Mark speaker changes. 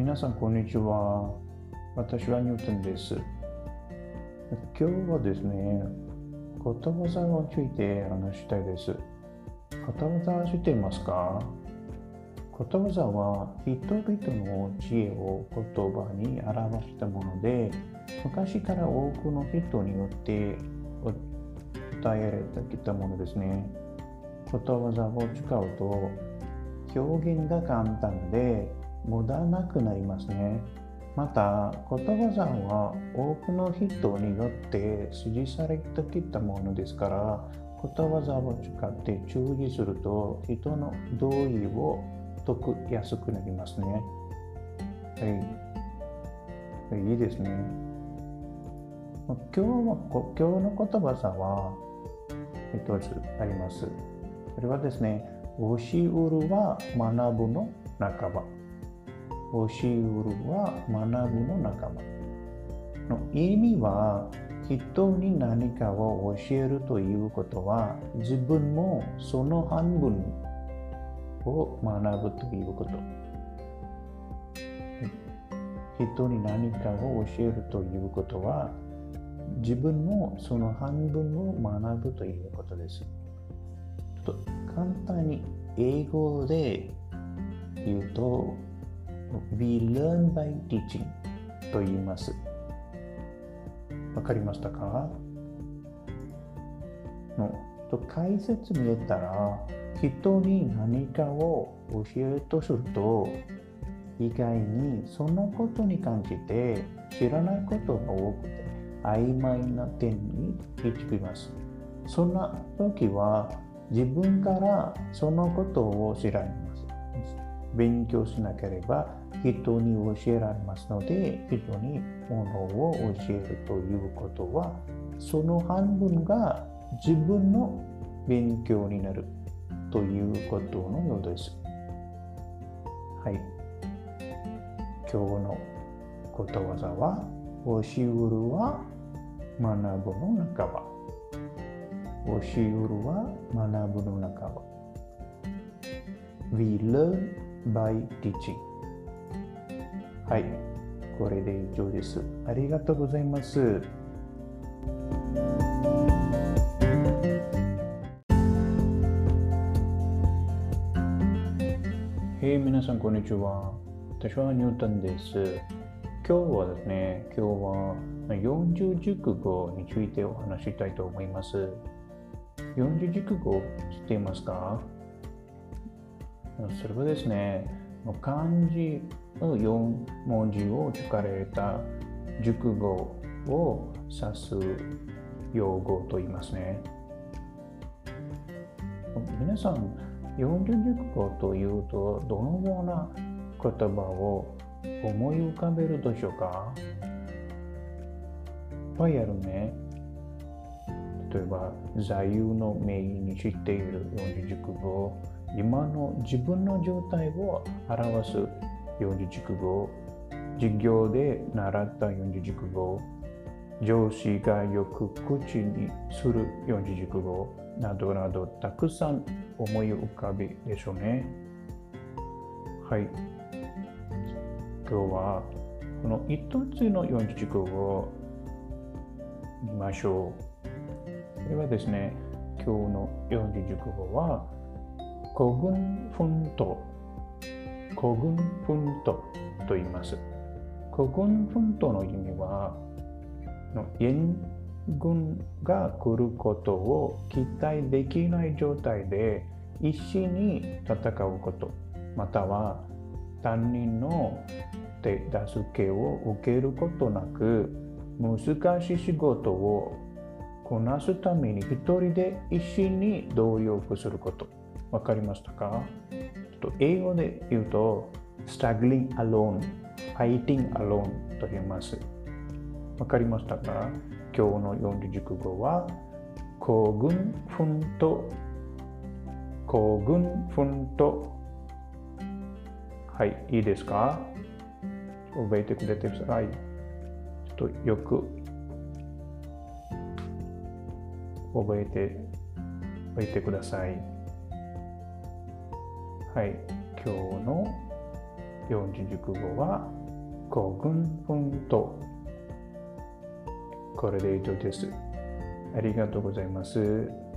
Speaker 1: 皆さんこんにちは。私はニュートンです。今日はですね、ことわざについて話したいです。ことわざ知っていますか？ことわざは人々の知恵を言葉に表したもので、昔から多くの人によって伝えられてきたものですね。ことわざを使うと表現が簡単で無駄なくなりますね。また、ことわざは多くの人によって支持されてきたものですから、ことわざを使って注意すると人の同意を解きやすくなりますね。はい。いいですね。今日のことわざは一つあります。それはですね、教えうるは学ぶの仲間。教えうるは学ぶの仲間の意味は、人に何かを教えるということは、自分もその半分を学ぶということ。人に何かを教えるということは、自分もその半分を学ぶということです。ちょっと簡単に英語で言うと、We learn by teaching と言います。わかりましたか？解説見えたら、人に何かを教えるとすると、意外にそのことに関して知らないことが多くて、曖昧な点に導きます。そんな時は、自分からそのことを知られます。勉強しなければ人に教えられますので、人にものを教えるということは、その半分が自分の勉強になるということのようです。はい。今日のことわざは、教えうるは学ぶの仲間。教えうるは学ぶの仲間。We learn by teaching。 はい、これで以上です。ありがとうございます。皆さんこんにちは。私はニュートンです。今日はですね、40熟語についてお話したいと思います。40熟語知っていますか？それはですね、漢字の4文字を書かれた熟語を指す用語と言いますね。皆さん、40熟語というとどのような言葉を思い浮かべるでしょうか？いっぱいあるね。例えば、座右の銘に知っている40熟語、今の自分の状態を表す40熟語、授業で習った40熟語、上司がよく口にする40熟語などなど、たくさん思い浮かべでしょうね。はい。今日はこの一つの40熟語を見ましょう。それはですね、今日の40熟語は、孤軍奮闘。孤軍奮闘と言います。孤軍奮闘の意味は、援軍が来ることを期待できない状態で一心に戦うこと、または他人の手助けを受けることなく、難しい仕事をこなすために一人で一心に努力すること。わかりましたか？英語で言うと struggling alone, fighting alone と言います。わかりましたか？今日の40熟語は孤軍奮闘。孤軍奮闘。はい、いいですか？覚えてくれてください。ちょっとよく覚えてください。はい、今日の四字熟語は古群文と。これで以上です。ありがとうございます。